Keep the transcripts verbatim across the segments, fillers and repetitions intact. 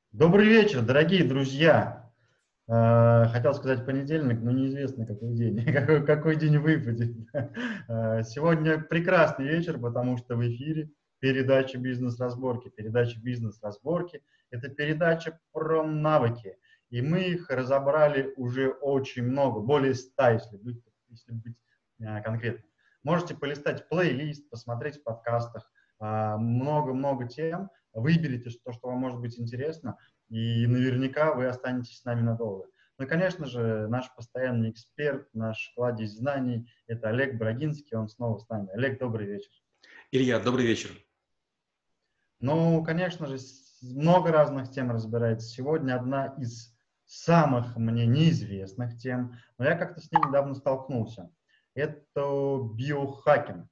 Добрый вечер, дорогие друзья. Э, Хотел сказать понедельник, но неизвестно, какой день, какой, какой день выпадет. Э, Сегодня прекрасный вечер, потому что в эфире передача «Бизнес-разборки». Передача «Бизнес-разборки» — это передача про навыки. И мы их разобрали уже очень много, более ста, если быть, если быть э, конкретным. Можете полистать плейлист, посмотреть в подкастах. Э, Много-много тем. Выберите то, что вам может быть интересно, и наверняка вы останетесь с нами надолго. Ну и, конечно же, наш постоянный эксперт, наш кладезь знаний — это Олег Брагинский, он снова с нами. Олег, добрый вечер. Илья, добрый вечер. Ну, конечно же, много разных тем разбирается. Сегодня одна из самых мне неизвестных тем, но я как-то с ней недавно столкнулся. Это биохакинг.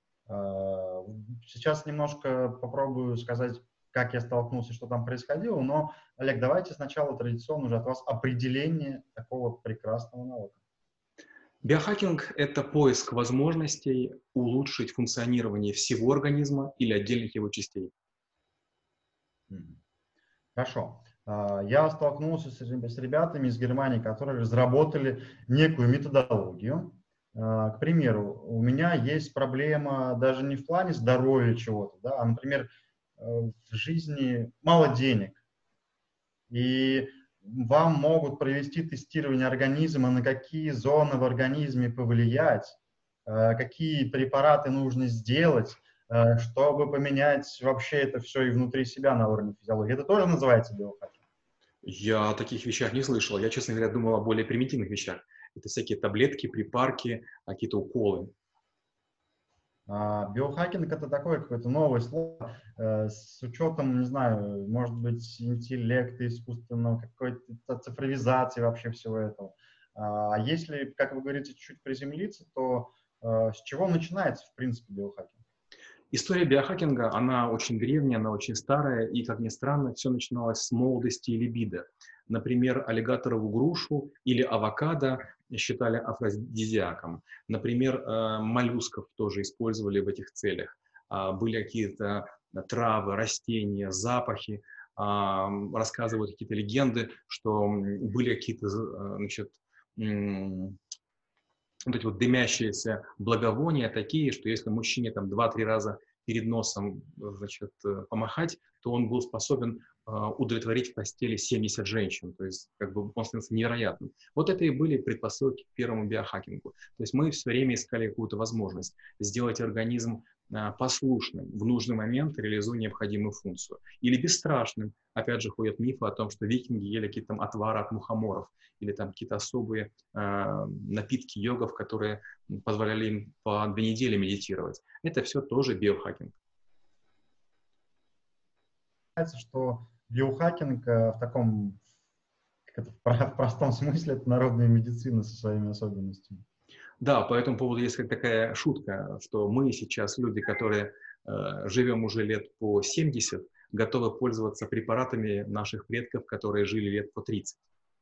Сейчас немножко попробую сказать, как я столкнулся, что там происходило, но, Олег, давайте сначала традиционно уже от вас определение такого прекрасного навыка. Биохакинг — это поиск возможностей улучшить функционирование всего организма или отдельных его частей. Хорошо. Я столкнулся с ребятами из Германии, которые разработали некую методологию. К примеру, у меня есть проблема даже не в плане здоровья чего-то, да, а, например, в жизни мало денег. И вам могут провести тестирование организма, на какие зоны в организме повлиять, какие препараты нужно сделать, чтобы поменять вообще это все и внутри себя на уровне физиологии. Это тоже называется биохакинг? Я о таких вещах не слышал. Я, честно говоря, думал о более примитивных вещах. Это всякие таблетки, припарки, какие-то уколы. А, биохакинг — это такое какое-то новое слово, э, с учетом, не знаю, может быть, интеллекта искусственного, какой-то цифровизации вообще всего этого. А если, как вы говорите, чуть приземлиться, то э, с чего начинается, в принципе, биохакинг? История биохакинга, она очень древняя, она очень старая, и, как ни странно, все начиналось с молодости и либидо. Например, аллигаторову грушу или авокадо считали афродизиаком. Например, э, моллюсков тоже использовали в этих целях. А, Были какие-то травы, растения, запахи. А, Рассказывают какие-то легенды, что м, были какие-то, э, значит, м, вот эти вот дымящиеся благовония такие, что если мужчине там два-три раза перед носом, значит, э, помахать, то он был способен э, удовлетворить в постели семьдесят женщин. То есть, как бы, он становится невероятным. Вот это и были предпосылки к первому биохакингу. То есть мы все время искали какую-то возможность сделать организм э, послушным, в нужный момент реализуя необходимую функцию. Или бесстрашным. Опять же, ходят мифы о том, что викинги ели какие-то там отвары от мухоморов или там какие-то особые э, напитки йогов, которые позволяли им по две недели медитировать. Это все тоже биохакинг. Кажется, что биохакинг э, в таком, как это, в простом смысле, это народная медицина со своими особенностями. Да, по этому поводу есть такая шутка, что мы сейчас, люди, которые э, живем уже лет по семьдесят, готовы пользоваться препаратами наших предков, которые жили лет по тридцать.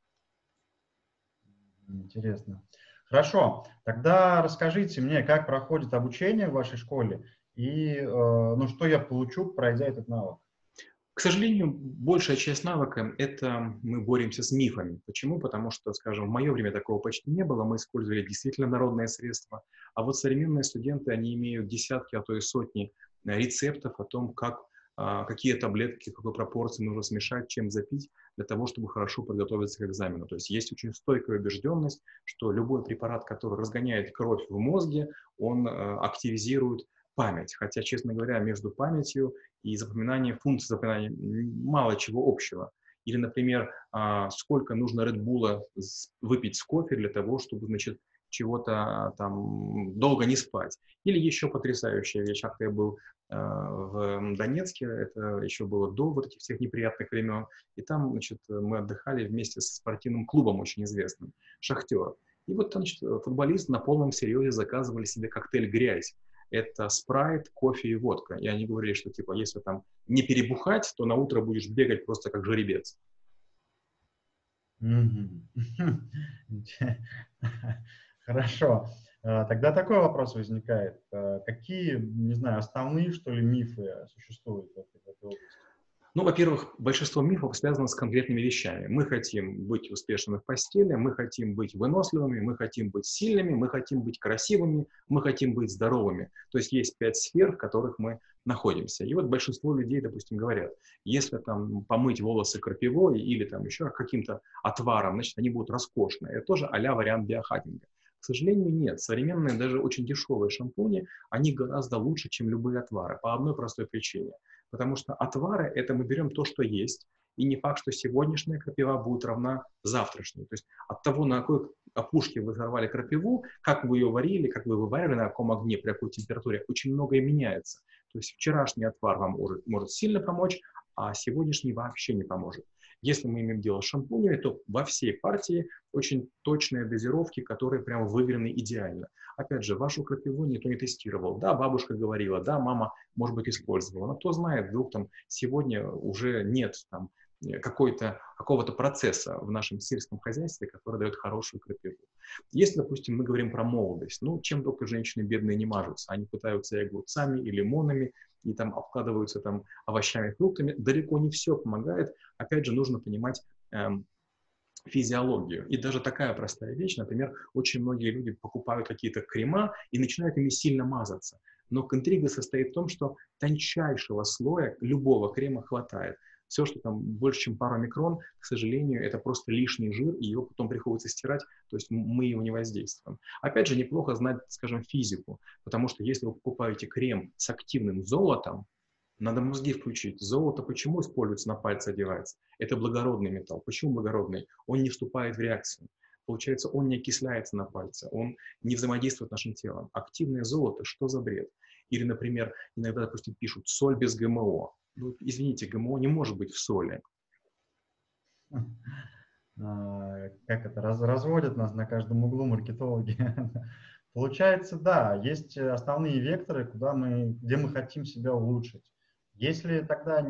Интересно. Хорошо, тогда расскажите мне, как проходит обучение в вашей школе и э, ну, что я получу, пройдя этот навык. К сожалению, большая часть навыка — это мы боремся с мифами. Почему? Потому что, скажем, в мое время такого почти не было, мы использовали действительно народные средства, а вот современные студенты, они имеют десятки, а то и сотни э, рецептов о том, как, а, какие таблетки, в какой пропорции нужно смешать, чем запить, для того, чтобы хорошо подготовиться к экзамену. То есть есть очень стойкая убежденность, что любой препарат, который разгоняет кровь в мозге, он э, активизирует память. Хотя, честно говоря, между памятью и запоминание, функции запоминания мало чего общего. Или, например, а, сколько нужно Red Bull выпить с кофе для того, чтобы, значит, чего-то там долго не спать. Или еще потрясающая вещь, как я был э, в Донецке, это еще было до вот этих всех неприятных времен, и там, значит, мы отдыхали вместе со спортивным клубом очень известным, «Шахтер». И вот, значит, футболисты на полном серьезе заказывали себе коктейль «Грязь». Это спрайт, кофе и водка. И они говорили, что типа, если там не перебухать, то на утро будешь бегать просто как жеребец. Хорошо. Э, Тогда такой вопрос возникает. Э, Какие, не знаю, основные, что ли, мифы существуют в этой, в этой области? Ну, во-первых, большинство мифов связано с конкретными вещами. Мы хотим быть успешными в постели, мы хотим быть выносливыми, мы хотим быть сильными, мы хотим быть красивыми, мы хотим быть здоровыми. То есть есть пять сфер, в которых мы находимся. И вот большинство людей, допустим, говорят, если там помыть волосы крапивой или там еще каким-то отваром, значит, они будут роскошные. Это тоже а-ля вариант биохакинга. К сожалению, нет. Современные, даже очень дешевые шампуни, они гораздо лучше, чем любые отвары. По одной простой причине. Потому что отвары – это мы берем то, что есть, и не факт, что сегодняшняя крапива будет равна завтрашней. То есть от того, на какой опушке вы сорвали крапиву, как вы ее варили, как вы вываривали, на каком огне, при какой температуре, очень многое меняется. То есть вчерашний отвар вам может, может сильно помочь, а сегодняшний вообще не поможет. Если мы имеем дело с шампунями, то во всей партии очень точные дозировки, которые прям выверены идеально. Опять же, вашу крапиву никто не тестировал. Да, бабушка говорила, да, мама, может быть, использовала. Но кто знает, вдруг там сегодня уже нет там какой-то, какого-то процесса в нашем сельском хозяйстве, который дает хорошую крапиву. Если, допустим, мы говорим про молодость, ну, чем только женщины бедные не мажутся. Они пытаются и огурцами, и лимонами, и там обкладываются там овощами, фруктами. Далеко не все помогает. Опять же, нужно понимать эм, физиологию. И даже такая простая вещь, например, очень многие люди покупают какие-то крема и начинают ими сильно мазаться. Но интрига состоит в том, что тончайшего слоя любого крема хватает. Все, что там больше, чем пару микрон, к сожалению, это просто лишний жир, и его потом приходится стирать, то есть мы его не воздействуем. Опять же, неплохо знать, скажем, физику, потому что если вы покупаете крем с активным золотом, надо мозги включить. Золото почему используется, на пальцы одевается? Это благородный металл. Почему благородный? Он не вступает в реакцию. Получается, он не окисляется на пальце, он не взаимодействует с нашим телом. Активное золото, что за бред? Или, например, иногда, допустим, пишут соль без ГМО. Ну, извините, ГМО не может быть в соли. Как это, раз, разводят нас на каждом углу маркетологи. Получается, да, есть основные векторы, куда мы, где мы хотим себя улучшить. Если тогда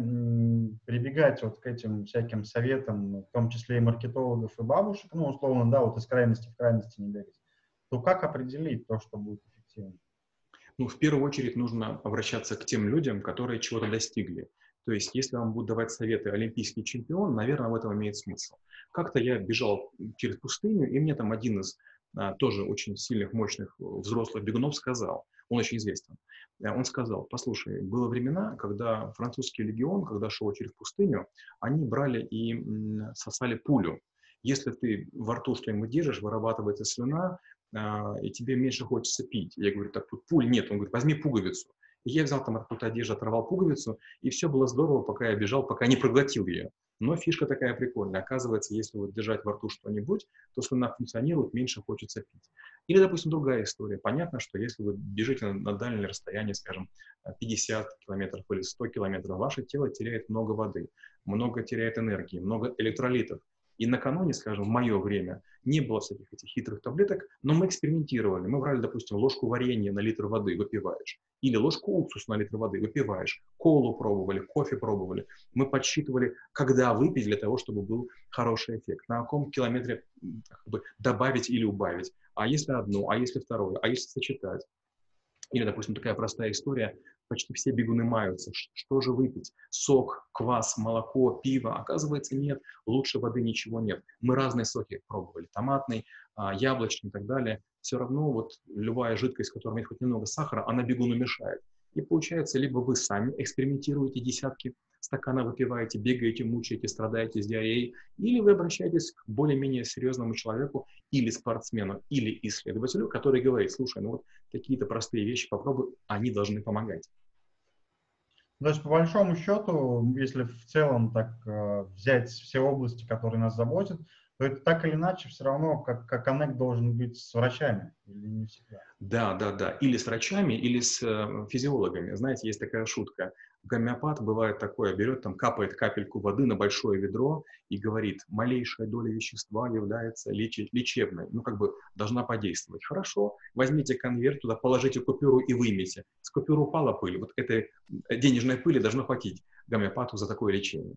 не прибегать вот к этим всяким советам, в том числе и маркетологов, и бабушек, ну, условно, да, вот из крайности в крайности не бегать, то как определить то, что будет эффективно? Ну, в первую очередь нужно обращаться к тем людям, которые чего-то достигли. То есть, если вам будут давать советы олимпийский чемпион, наверное, в этом имеет смысл. Как-то я бежал через пустыню, и мне там один из а, тоже очень сильных, мощных взрослых бегунов сказал, он очень известен, он сказал, послушай, было времена, когда французский легион, когда шел через пустыню, они брали и м, сосали пулю. Если ты во рту что-нибудь держишь, вырабатывается слюна, и тебе меньше хочется пить. Я говорю, так тут пуль нет. Он говорит, возьми пуговицу. И я взял там откуда-то одежду, оторвал пуговицу, и все было здорово, пока я бежал, пока не проглотил ее. Но фишка такая прикольная. Оказывается, если вот держать во рту что-нибудь, то слюна функционирует, меньше хочется пить. Или, допустим, другая история. Понятно, что если вы бежите на, на дальнее расстояние, скажем, пятьдесят километров или сто километров, ваше тело теряет много воды, много теряет энергии, много электролитов. И накануне, скажем, в мое время не было всяких этих хитрых таблеток, но мы экспериментировали. Мы брали, допустим, ложку варенья на литр воды, выпиваешь. Или ложку уксуса на литр воды, выпиваешь. Колу пробовали, кофе пробовали. Мы подсчитывали, когда выпить для того, чтобы был хороший эффект. На каком километре как бы, добавить или убавить. А если одну, а если вторую, а если сочетать. Или, допустим, такая простая история. Почти все бегуны маются. Что же выпить? Сок, квас, молоко, пиво? Оказывается, нет. Лучше воды ничего нет. Мы разные соки пробовали. Томатный, яблочный и так далее. Все равно вот любая жидкость, в которой есть хоть немного сахара, она бегуну мешает. И получается, либо вы сами экспериментируете, десятки стаканов выпиваете, бегаете, мучаете, страдаете с диареей, или вы обращаетесь к более-менее серьезному человеку, или спортсмену, или исследователю, который говорит, слушай, ну вот какие-то простые вещи попробуй, они должны помогать. То есть, по большому счету, если в целом так э, взять все области, которые нас заботят, то это так или иначе все равно как, как коннект должен быть с врачами, или не всегда? Да, да, да. Или с врачами, или с э, физиологами. Знаете, есть такая шутка. Гомеопат бывает такое, берет там, капает капельку воды на большое ведро и говорит, малейшая доля вещества является лечи- лечебной. Ну, как бы должна подействовать. Хорошо, возьмите конверт, туда положите купюру и вымейте. С купюры упала пыль. Вот этой денежной пыли должно хватить гомеопату за такое лечение.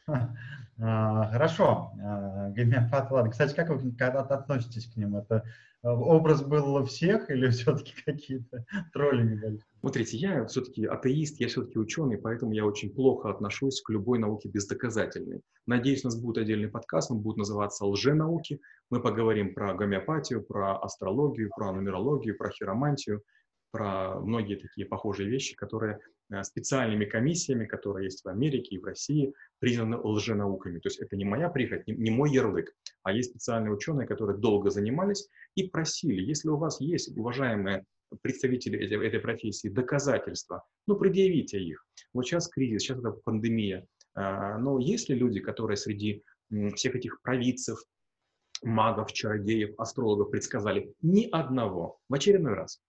Хорошо, гомеопат, ладно. Кстати, как вы относитесь к ним? Это образ был всех или все-таки какие-то тролли небольшие? Смотрите, я все-таки атеист, я все-таки ученый, поэтому я очень плохо отношусь к любой науке бездоказательной. Надеюсь, у нас будет отдельный подкаст, он будет называться «Лженауки». Мы поговорим про гомеопатию, про астрологию, про нумерологию, про хиромантию, про многие такие похожие вещи, которые э, специальными комиссиями, которые есть в Америке и в России, признаны лженауками. То есть это не моя прихоть, не, не мой ярлык, а есть специальные ученые, которые долго занимались и просили, если у вас есть, уважаемые представители этой, этой профессии, доказательства, ну, предъявите их. Вот сейчас кризис, сейчас это пандемия. А, но есть ли люди, которые среди м, всех этих провидцев, магов, чародеев, астрологов предсказали? Ни одного. В очередной раз.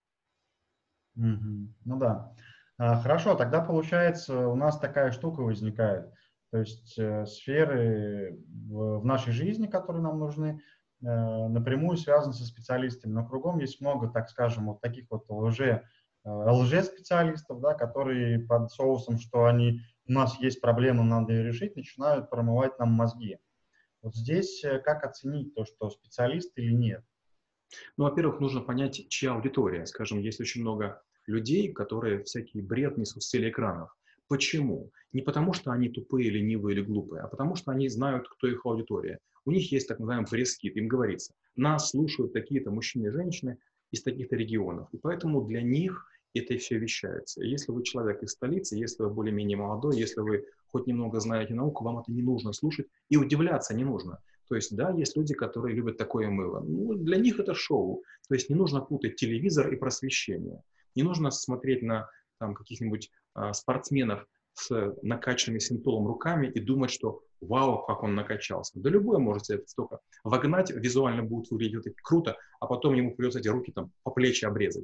Мгм. Ну да. А, Хорошо, тогда получается у нас такая штука возникает. То есть э, сферы в, в нашей жизни, которые нам нужны, э, напрямую связаны со специалистами. Но кругом есть много, так скажем, вот таких вот лже, э, лжеспециалистов, да, которые под соусом, что они, у нас есть проблема, надо ее решить, начинают промывать нам мозги. Вот здесь э, как оценить то, что специалист или нет? Ну, во-первых, нужно понять, чья аудитория. Скажем, есть очень много людей, которые всякий бред несут с телеэкранов. Почему? Не потому, что они тупые, ленивые или глупые, а потому, что они знают, кто их аудитория. У них есть так называемый пресс-кит. Им говорится, нас слушают такие-то мужчины и женщины из таких-то регионов. И поэтому для них это и все вещается. И если вы человек из столицы, если вы более-менее молодой, если вы хоть немного знаете науку, вам это не нужно слушать и удивляться не нужно. То есть, да, есть люди, которые любят такое мыло. Ну, для них это шоу. То есть не нужно путать телевизор и просвещение. Не нужно смотреть на там, каких-нибудь а, спортсменов с накачанными синтолом руками и думать, что вау, как он накачался. Да любой может себе это столько вогнать, визуально будет выглядеть это круто, а потом ему придется эти руки там по плечи обрезать.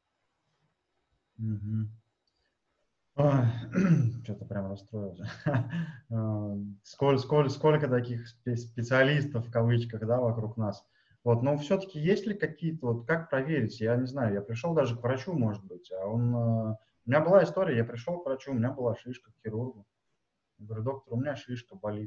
Мгм. Что-то прям расстроился. Сколько, сколько, сколько таких спе- специалистов, в кавычках, да, вокруг нас. Вот, но все-таки есть ли какие-то, вот как проверить? Я не знаю, я пришел даже к врачу, может быть, а он... э, У меня была история, я пришел к врачу, у меня была шишка, к хирургу. Я говорю, доктор, у меня шишка болит.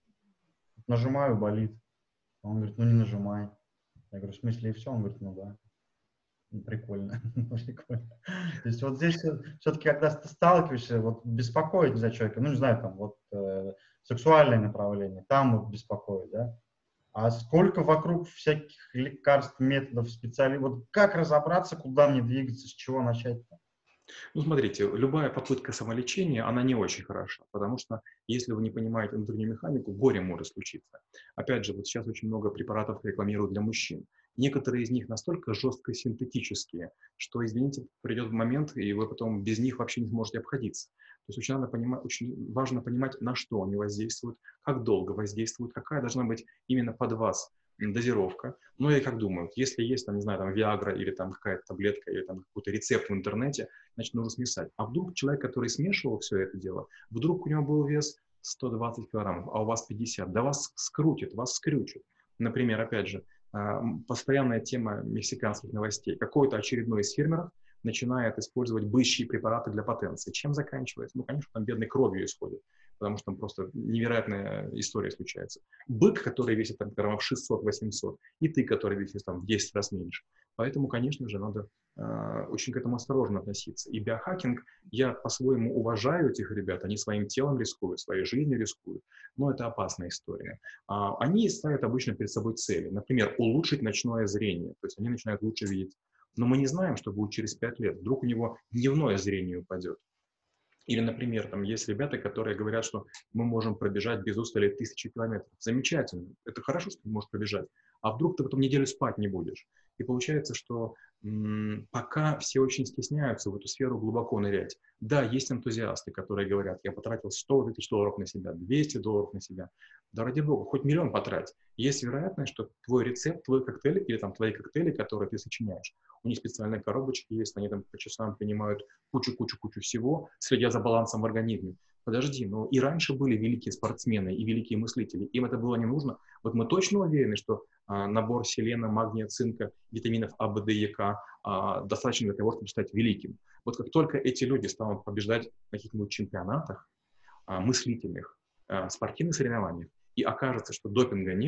Нажимаю, болит. Он говорит, ну не нажимай. Я говорю, в смысле, и все? Он говорит, ну да. Ну, прикольно, прикольно. То есть вот здесь все-таки, когда ты сталкиваешься, вот беспокоит за человека, ну, не знаю, там, вот э, сексуальное направление, там вот беспокоит, да? А сколько вокруг всяких лекарств, методов, специалистов, вот как разобраться, куда мне двигаться, с чего начать-то? Ну, смотрите, любая попытка самолечения, она не очень хороша, потому что если вы не понимаете внутреннюю механику, горе может случиться. Опять же, вот сейчас очень много препаратов рекламируют для мужчин. Некоторые из них настолько жестко синтетические, что, извините, придет момент, и вы потом без них вообще не сможете обходиться. То есть очень, надо понимать, очень важно понимать, на что они воздействуют, как долго воздействуют, какая должна быть именно под вас дозировка. Ну, я как думаю, если есть, там, не знаю, там, Viagra или там какая-то таблетка, или там какой-то рецепт в интернете, значит, нужно смешать. А вдруг человек, который смешивал все это дело, вдруг у него был вес сто двадцать килограммов, а у вас пятьдесят, да вас скрутит, вас скрючит. Например, опять же, постоянная тема мексиканских новостей. Какой-то очередной из фермеров начинает использовать бычьи препараты для потенции. Чем заканчивается? Ну, конечно, там бедной кровью исходит, потому что там просто невероятная история случается. Бык, который весит там граммов шестьсот-восемьсот, и ты, который весит там в десять раз меньше. Поэтому, конечно же, надо э, очень к этому осторожно относиться. И биохакинг, я по-своему уважаю этих ребят, они своим телом рискуют, своей жизнью рискуют, но это опасная история. А, они ставят обычно перед собой цели. Например, улучшить ночное зрение, то есть они начинают лучше видеть. Но мы не знаем, что будет через пять лет. Вдруг у него дневное зрение упадет. Или, например, там есть ребята, которые говорят, что мы можем пробежать без устали тысячи километров. Замечательно. Это хорошо, что ты можешь пробежать. А вдруг ты потом неделю спать не будешь? И получается, что м- пока все очень стесняются в эту сферу глубоко нырять. Да, есть энтузиасты, которые говорят, я потратил сто тысяч долларов на себя, двести долларов на себя. Да ради бога, хоть миллион потрать. Есть вероятность, что твой рецепт, твой коктейль или там твои коктейли, которые ты сочиняешь, у них специальные коробочки есть, они там по часам принимают кучу-кучу-кучу всего, следя за балансом в организме. Подожди, но и раньше были великие спортсмены и великие мыслители, им это было не нужно. Вот мы точно уверены, что а, набор селена, магния, цинка, витаминов А, В, Д, Е, К а, достаточно для того, чтобы стать великим. Вот как только эти люди станут побеждать на каких-нибудь чемпионатах, а, мыслительных, а, спортивных соревнованиях, и окажется, что допинга нет,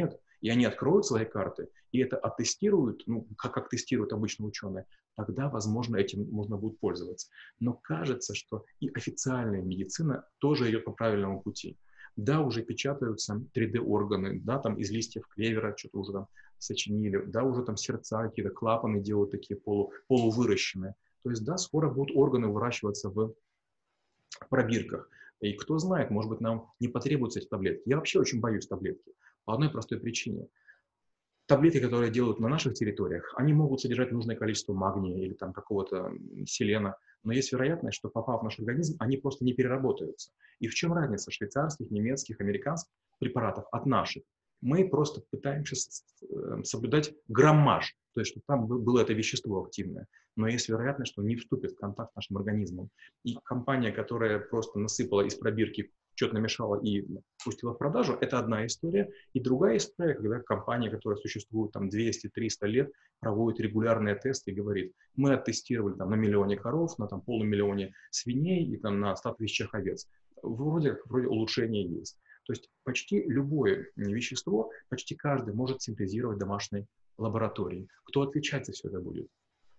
и они откроют свои карты, и это оттестируют, ну, как, как тестируют обычные ученые, тогда, возможно, этим можно будет пользоваться. Но кажется, что и официальная медицина тоже идет по правильному пути. Да, уже печатаются три дэ-органы, да, там из листьев клевера что-то уже там сочинили, да, уже там сердца, какие-то клапаны делают такие полу, полувыращенные. То есть, да, скоро будут органы выращиваться в пробирках. И кто знает, может быть, нам не потребуются эти таблетки. Я вообще очень боюсь таблетки. По одной простой причине. Таблетки, которые делают на наших территориях, они могут содержать нужное количество магния или там какого-то селена, но есть вероятность, что попав в наш организм, они просто не переработаются. И в чем разница швейцарских, немецких, американских препаратов от наших? Мы просто пытаемся соблюдать граммаж, то есть, чтобы там было это вещество активное. Но есть вероятность, что не вступит в контакт с нашим организмом. И компания, которая просто насыпала из пробирки, что-то намешала и пустила в продажу, это одна история. И другая история, когда компания, которая существует там двести-триста лет, проводит регулярные тесты и говорит, мы оттестировали там на миллионе коров, на там полумиллионе свиней и там на ста тысячах овец. Вроде как, вроде улучшение есть. То есть почти любое вещество, почти каждый может синтезировать в домашней лаборатории. Кто отвечать за все это будет?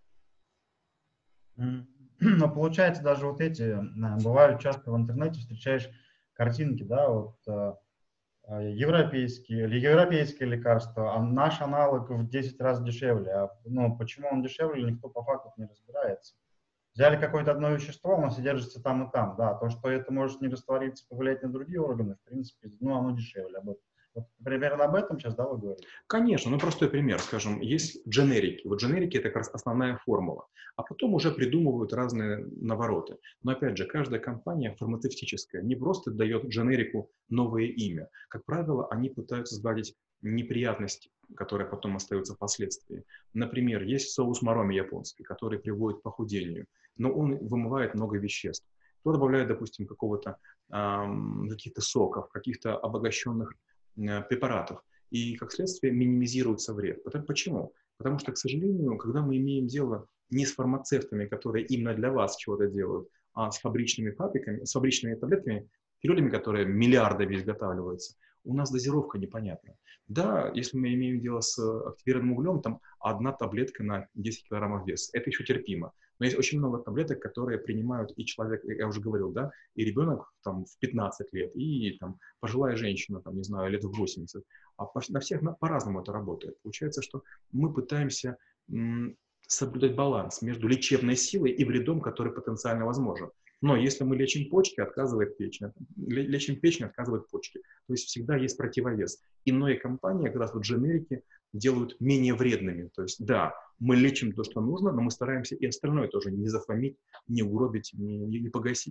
Но получается, даже вот эти, бывают часто в интернете встречаешь картинки, да, вот европейские или европейские лекарства, а наш аналог в десять раз дешевле. А, ну, почему он дешевле, никто по факту не разбирается. Взяли какое-то одно вещество, оно содержится там и там, да. То, что это может не раствориться, повлиять на другие органы, в принципе, ну, оно дешевле. Вот, вот примерно об этом сейчас, да, вы говорите? Конечно, ну простой пример, скажем, есть дженерики. Вот дженерики — это как раз основная формула, а потом уже придумывают разные навороты. Но опять же, каждая компания фармацевтическая не просто дает дженерику новое имя. Как правило, они пытаются сгладить неприятности, которые потом остаются впоследствии. Например, есть соус мароми японский, который приводит к похудению, но он вымывает много веществ. То добавляет, допустим, какого-то, эм, каких-то соков, каких-то обогащенных э, препаратов. И, как следствие, минимизируется вред. Потому, почему? Потому что, к сожалению, когда мы имеем дело не с фармацевтами, которые именно для вас чего-то делают, а с фабричными фабриками, с фабричными таблетками, пилюлями, которые миллиардами изготавливаются, у нас дозировка непонятна. Да, если мы имеем дело с активированным углем, там одна таблетка на десять килограммов веса, это еще терпимо. Но есть очень много таблеток, которые принимают и человек, я уже говорил, да, и ребенок там в пятнадцать лет, и там пожилая женщина, там, не знаю, лет в восемьдесят. А на всех по-разному это работает. Получается, что мы пытаемся м, соблюдать баланс между лечебной силой и вредом, который потенциально возможен. Но если мы лечим почки, отказывает печень. Лечим печень, отказывает почки. То есть всегда есть противовес. Иные компании, как раз вот дженерики, делают менее вредными. То есть да, мы лечим то, что нужно, но мы стараемся и остальное тоже не захламить, не угробить, не, не, не погасить.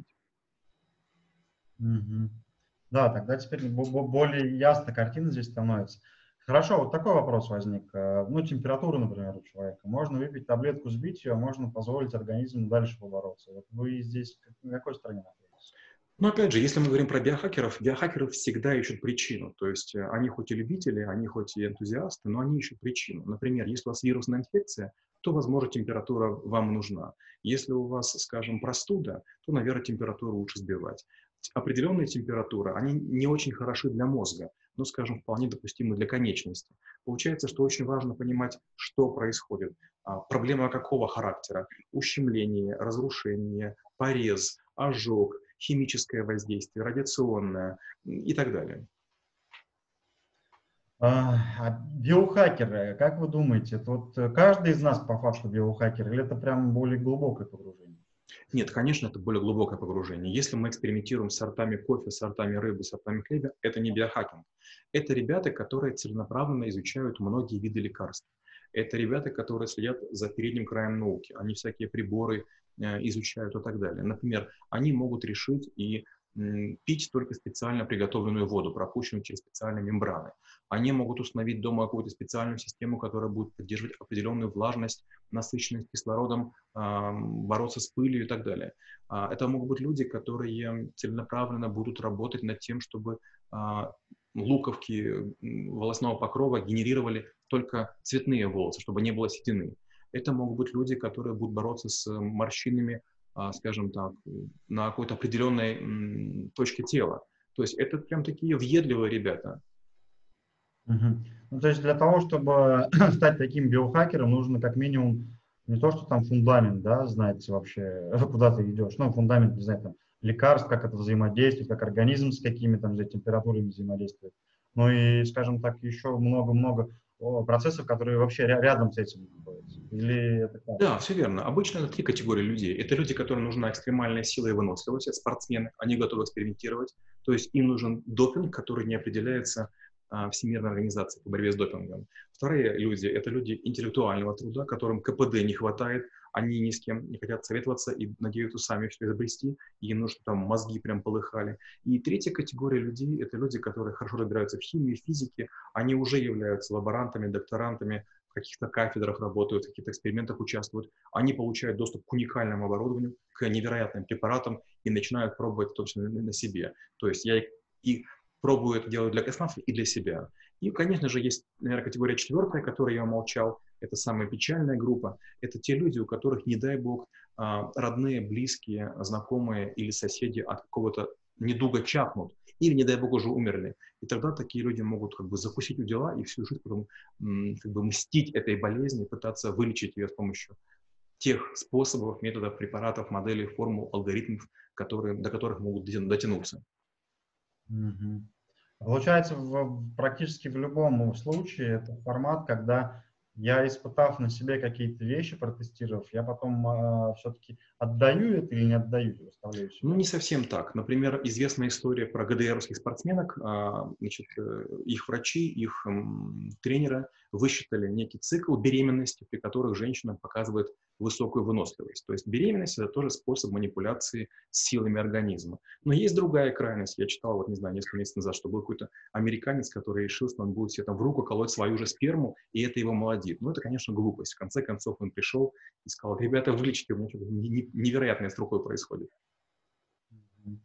Угу. Да, тогда теперь более ясная картина здесь становится. Хорошо, вот такой вопрос возник. Ну, температура, например, у человека. Можно выпить таблетку, сбить ее, а можно позволить организму дальше побороться. Вот вы здесь на какой стороне находитесь? Но опять же, если мы говорим про биохакеров, биохакеры всегда ищут причину. То есть они хоть и любители, они хоть и энтузиасты, но они ищут причину. Например, если у вас вирусная инфекция, то, возможно, температура вам нужна. Если у вас, скажем, простуда, то, наверное, температуру лучше сбивать. Определенные температуры, они не очень хороши для мозга, но, скажем, вполне допустимы для конечности. Получается, что очень важно понимать, что происходит. Проблема какого характера? Ущемление, разрушение, порез, ожог, химическое воздействие, радиационное и так далее. А, биохакеры, как вы думаете, это вот каждый из нас по факту биохакер или это прям более глубокое погружение? Нет, конечно, это более глубокое погружение. Если мы экспериментируем с сортами кофе, сортами рыбы, сортами хлеба, это не биохакинг. Это ребята, которые целенаправленно изучают многие виды лекарств. Это ребята, которые следят за передним краем науки. Они всякие приборы э, изучают и так далее. Например, они могут решить и м, пить только специально приготовленную воду, пропущенную через специальные мембраны. Они могут установить дома какую-то специальную систему, которая будет поддерживать определенную влажность, насыщенность кислородом, э, бороться с пылью и так далее. А, это могут быть люди, которые целенаправленно будут работать над тем, чтобы а, луковки волосного покрова генерировали только цветные волосы, чтобы не было седины. Это могут быть люди, которые будут бороться с морщинами, скажем так, на какой-то определенной точке тела. То есть это прям такие въедливые ребята. Угу. Ну, то есть для того, чтобы стать таким биохакером, нужно как минимум не то, что там фундамент, да, знать вообще, куда ты идешь. Ну, фундамент, не знаю, там, лекарств, как это взаимодействует, как организм с какими там, не знаю, температурами взаимодействует. Ну и, скажем так, еще много-много о, процессов, которые вообще ря- рядом с этим находятся. Или это как? Да, все верно. Обычно это три категории людей. Это люди, которым нужна экстремальная сила и выносливость, это спортсмены, они готовы экспериментировать. То есть им нужен допинг, который не определяется а, Всемирной организацией по борьбе с допингом. Вторые люди — это люди интеллектуального труда, которым ка пэ дэ не хватает, они ни с кем не хотят советоваться и надеются сами все изобрести, и им нужно, там мозги прям полыхали. И третья категория людей — это люди, которые хорошо разбираются в химии, физике, они уже являются лаборантами, докторантами, в каких-то кафедрах работают, в каких-то экспериментах участвуют, они получают доступ к уникальному оборудованию, к невероятным препаратам и начинают пробовать точно на себе. То есть я и пробую это делать для космонавтов и для себя. И, конечно же, есть, наверное, категория четвертая, о которой я умолчал. Это самая печальная группа. Это те люди, у которых, не дай бог, родные, близкие, знакомые или соседи от какого-то недуга чахнут, или, не дай бог, уже умерли. И тогда такие люди могут как бы закусить у дела и всю жизнь потом м, как бы мстить этой болезни, пытаться вылечить ее с помощью тех способов, методов, препаратов, моделей, формул, алгоритмов, которые, до которых могут дотянуться. Мгм. Получается, в, практически в любом случае это формат, когда я, испытав на себе какие-то вещи, протестировав, я потом э, все-таки отдаю это или не отдаю, или оставляю Ну, себя. не совсем так. Например, известная история про гэ дэ эровских спортсменок. А, Значит, э, их врачи, их м, тренеры высчитали некий цикл беременности, при которых женщина показывает высокую выносливость. То есть беременность — это тоже способ манипуляции с силами организма. Но есть другая крайность. Я читал, вот не знаю, несколько месяцев назад, что был какой-то американец, который решил, что он будет себе там в руку колоть свою же сперму, и это его молодит. Ну, это, конечно, глупость. В конце концов, он пришел и сказал: ребята, вылечите, у меня что-то невероятное с рукой происходит. Мгм.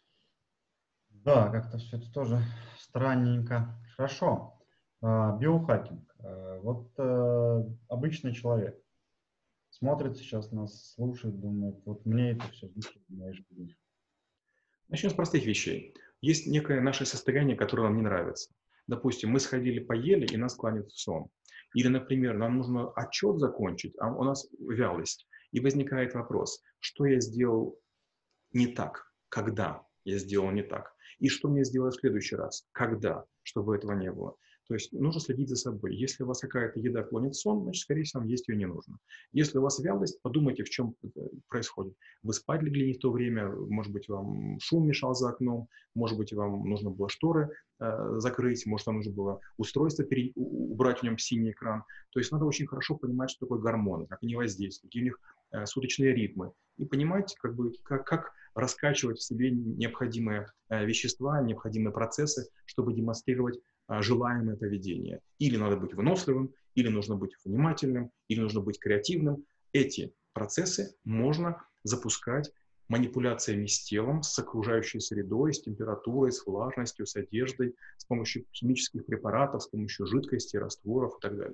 Да, как-то все это тоже странненько. Хорошо. А, биохакинг. А, вот э, обычный человек смотрит сейчас нас, слушает, думает, вот мне это все зачем в моей жизни. Начнем с простых вещей. Есть некое наше состояние, которое нам не нравится. Допустим, мы сходили, поели, и нас клонит в сон. Или, например, нам нужно отчет закончить, а у нас вялость. И возникает вопрос: что я сделал не так? Когда я сделал не так? И что мне сделать в следующий раз? Когда? Чтобы этого не было. То есть нужно следить за собой. Если у вас какая-то еда клонит в сон, значит, скорее всего, вам есть ее не нужно. Если у вас вялость, подумайте, в чем это происходит. Вы спать легли не в то время, может быть, вам шум мешал за окном, может быть, вам нужно было шторы э, закрыть, может, вам нужно было устройство пере... убрать в нем синий экран. То есть надо очень хорошо понимать, что такое гормоны, как они воздействуют, какие у них э, суточные ритмы. И понимать, как, бы, как, как раскачивать в себе необходимые э, вещества, необходимые процессы, чтобы демонстрировать э, желаемое поведение. Или надо быть выносливым, или нужно быть внимательным, или нужно быть креативным. Эти процессы можно запускать манипуляциями с телом, с окружающей средой, с температурой, с влажностью, с одеждой, с помощью химических препаратов, с помощью жидкости, растворов и так далее.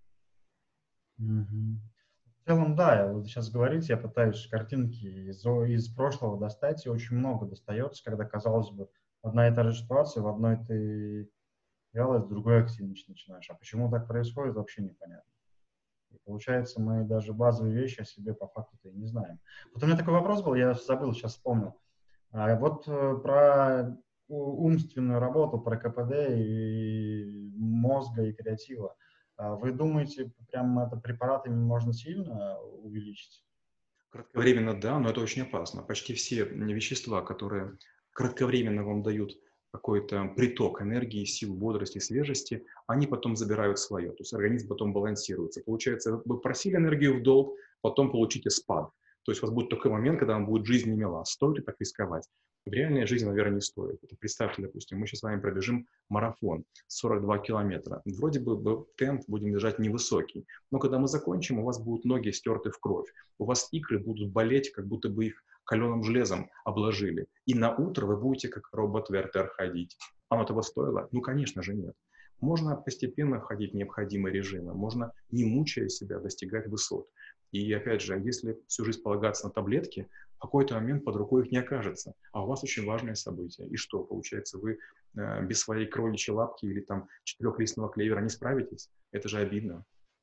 Мгм. В целом, да, я вот сейчас говорите, я пытаюсь картинки из, из прошлого достать, и очень много достается, когда, казалось бы, одна и та же ситуация, в одной ты вялость, в другой активничать начинаешь. А почему так происходит, вообще непонятно. И получается, мы даже базовые вещи о себе по факту-то и не знаем. Вот у меня такой вопрос был, я забыл, сейчас вспомнил. А вот э, про у- умственную работу, про ка пэ дэ и мозга, и креатива. А вы думаете, прям это препаратами можно сильно увеличить? Кратковременно, да, но это очень опасно. Почти все вещества, которые кратковременно вам дают какой-то приток энергии, сил, бодрости, свежести, они потом забирают свое. То есть организм потом балансируется. Получается, вы просили энергию в долг, потом получите спад. То есть у вас будет такой момент, когда вам будет жизнь не мила. Стоит ли так рисковать? В реальной жизни, наверное, не стоит. Это представьте, допустим, мы сейчас с вами пробежим марафон сорок два километра. Вроде бы темп будем держать невысокий, но когда мы закончим, у вас будут ноги стерты в кровь. У вас икры будут болеть, как будто бы их каленым железом обложили. И на утро вы будете как робот-вертер ходить. Оно того стоило? Ну, конечно же, нет. Можно постепенно входить в необходимые режимы, можно, не мучая себя, достигать высот. И опять же, если всю жизнь полагаться на таблетки, в какой-то момент под рукой их не окажется, а у вас очень важное событие. И что, получается, вы э, без своей кроличьей лапки или там четырехлистного клевера не справитесь? Это же обидно.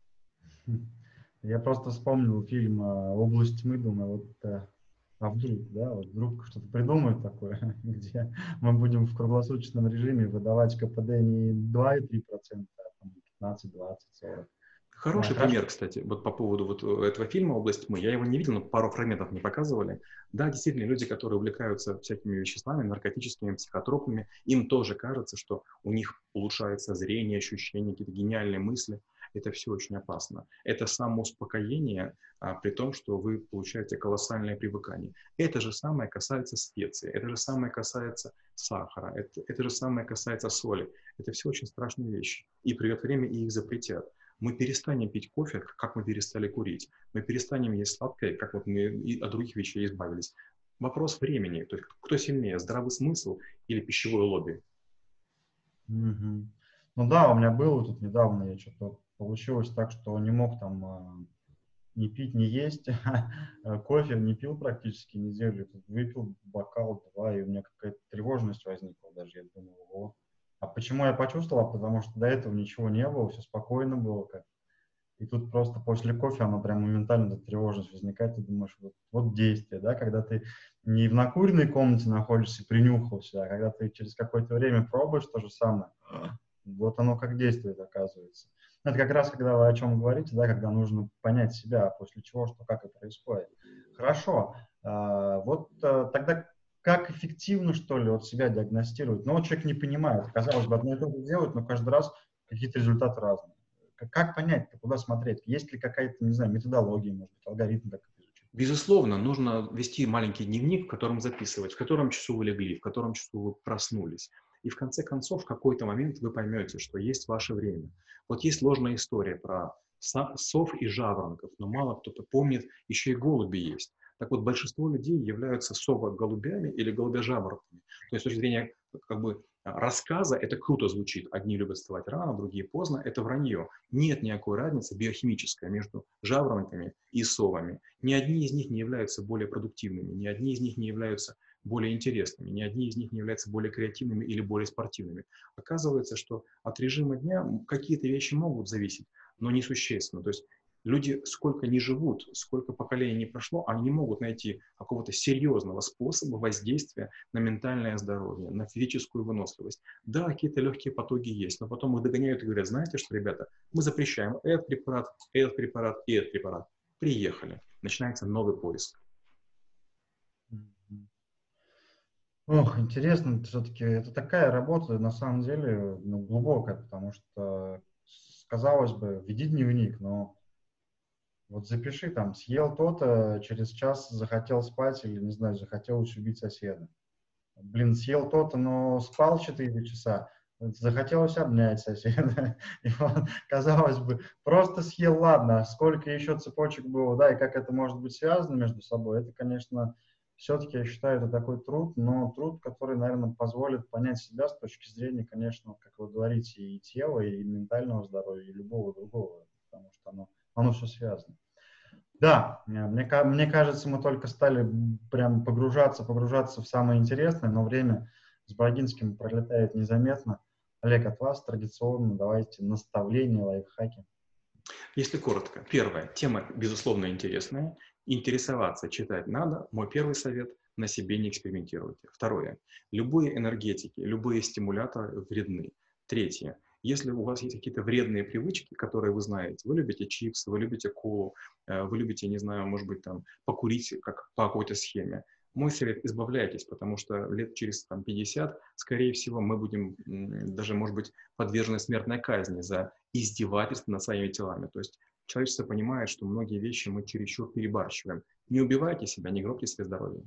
Я просто вспомнил фильм э, «Область тьмы», думаю, вот, э, а вдруг, да, вот вдруг что-то придумают такое, где мы будем в круглосуточном режиме выдавать КПД не два и три процента, а там пятнадцать, двадцать, сорок. А, Хороший хорошо. пример, кстати, вот по поводу вот этого фильма «Область тьмы». Я его не видел, но пару фрагментов мне показывали. Да, действительно, люди, которые увлекаются всякими веществами, наркотическими, психотропными, им тоже кажется, что у них улучшается зрение, ощущения, какие-то гениальные мысли. Это все очень опасно. Это самоуспокоение, а, при том, что вы получаете колоссальное привыкание. Это же самое касается специй, это же самое касается сахара, это, это же самое касается соли. Это все очень страшные вещи. И придет время, и их запретят. Мы перестанем пить кофе, как мы перестали курить. Мы перестанем есть сладкое, как вот мы и от других вещей избавились. Вопрос времени. То есть кто сильнее, здравый смысл или пищевое лобби? Мгм. Ну да, у меня было тут недавно, я что-то получилось так, что не мог там а, не пить, не есть, а кофе не пил практически неделю, тут выпил бокал, два, и у меня какая-то тревожность возникла даже, я думал, о. А почему я почувствовал? Потому что до этого ничего не было, все спокойно было, как. И тут просто после кофе оно прям моментально, эта тревожность возникает, ты думаешь, вот, вот действие, да, когда ты не в накуренной комнате находишься, принюхался, а когда ты через какое-то время пробуешь то же самое, вот оно как действует, оказывается. Это как раз, когда вы о чем говорите, да, когда нужно понять себя, после чего, что, как это происходит. Хорошо, а, вот а, тогда как эффективно, что ли, вот себя диагностировать? Ну, вот человек не понимает, казалось бы, одно и то же делают, но каждый раз какие-то результаты разные. Как понять, куда смотреть? Есть ли какая-то, не знаю, методология, может быть, алгоритм, как это изучить? Безусловно, нужно вести маленький дневник, в котором записывать, в котором часу вы легли, в котором часу вы проснулись. И в конце концов, в какой-то момент вы поймете, что есть ваше время. Вот есть ложная история про сов и жаворонков, но мало кто-то помнит, еще и голуби есть. Так вот, большинство людей являются сово-голубями или голубя-жаворонками. То есть с точки зрения как бы, рассказа это круто звучит. Одни любят вставать рано, другие поздно. Это вранье. Нет никакой разницы биохимической между жаворонками и совами. Ни одни из них не являются более продуктивными, ни одни из них не являются более интересными, ни одни из них не являются более креативными или более спортивными. Оказывается, что от режима дня какие-то вещи могут зависеть, но несущественно. То есть люди сколько не живут, сколько поколений не прошло, они не могут найти какого-то серьезного способа воздействия на ментальное здоровье, на физическую выносливость. Да, какие-то легкие потуги есть, но потом их догоняют и говорят, знаете что, ребята, мы запрещаем этот препарат, этот препарат и этот препарат. Приехали. Начинается новый поиск. Ох, интересно, все-таки это такая работа, на самом деле, ну, глубокая, потому что, казалось бы, веди дневник, но вот запиши там, съел то-то, через час захотел спать или, не знаю, захотелось убить соседа. Блин, съел то-то, но спал четыре часа, захотелось обнять соседа. И вот, казалось бы, просто съел, ладно, а сколько еще цепочек было, да, и как это может быть связано между собой, это, конечно, все-таки, я считаю, это такой труд, но труд, который, наверное, позволит понять себя с точки зрения, конечно, как вы говорите, и тела, и ментального здоровья, и любого другого, потому что оно, оно все связано. Да, мне, мне кажется, мы только стали прям погружаться, погружаться в самое интересное, но время с Брагинским пролетает незаметно. Олег, от вас традиционно давайте наставления, лайфхаки. Если коротко. Первое. Тема, безусловно, интересная. Интересоваться, читать надо. Мой первый совет – на себе не экспериментируйте. Второе. Любые энергетики, любые стимуляторы вредны. Третье. Если у вас есть какие-то вредные привычки, которые вы знаете, вы любите чипсы, вы любите колу, вы любите, не знаю, может быть, там, покурить как по какой-то схеме, мой совет – избавляйтесь, потому что лет через там, пятьдесят, скорее всего, мы будем даже, может быть, подвержены смертной казни за издевательство над своими телами. То есть человечество понимает, что многие вещи мы чересчур перебарщиваем. Не убивайте себя, не гробьте себе здоровье.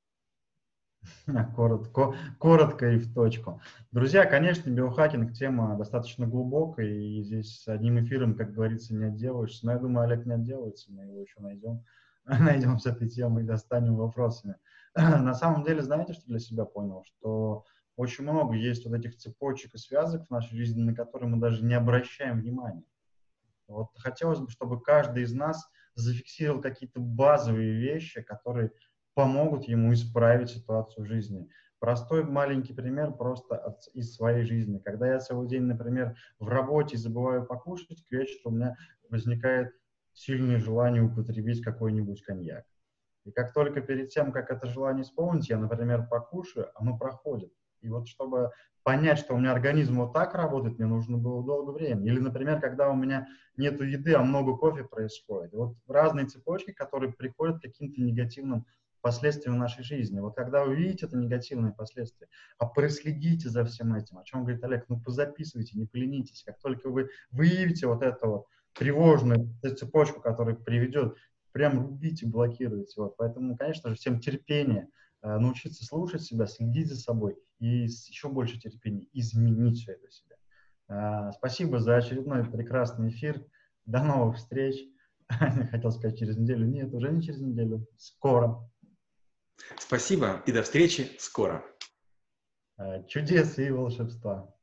Коротко, коротко и в точку. Друзья, конечно, биохакинг тема достаточно глубокая, и здесь одним эфиром, как говорится, не отделаешься. Но я думаю, Олег не отделается, мы его еще найдем. Найдем с этой темой и достанем вопросами. На самом деле, знаете, что для себя понял? Что очень много есть вот этих цепочек и связок в нашей жизни, на которые мы даже не обращаем внимания. Вот хотелось бы, чтобы каждый из нас зафиксировал какие-то базовые вещи, которые помогут ему исправить ситуацию в жизни. Простой маленький пример просто от, из своей жизни. Когда я целый день, например, в работе забываю покушать, к вечеру у меня возникает сильное желание употребить какой-нибудь коньяк. И как только перед тем, как это желание исполнить, я, например, покушаю, оно проходит. И вот чтобы понять, что у меня организм вот так работает, мне нужно было долго времени. Или, например, когда у меня нет еды, а много кофе происходит. Вот разные цепочки, которые приходят к каким-то негативным последствиям нашей жизни. Вот когда вы видите это негативные последствия, а проследите за всем этим, о чем говорит Олег, ну позаписывайте, не поленитесь. Как только вы выявите вот эту вот тревожную цепочку, которая приведет, прям рубите, блокируйте. Вот. Поэтому, конечно же, всем терпение, научиться слушать себя, следить за собой и с еще больше терпения изменить все это в себе. Спасибо за очередной прекрасный эфир. До новых встреч. Хотел сказать через неделю. Нет, уже не через неделю. Скоро. Спасибо и до встречи скоро. Чудес и волшебства.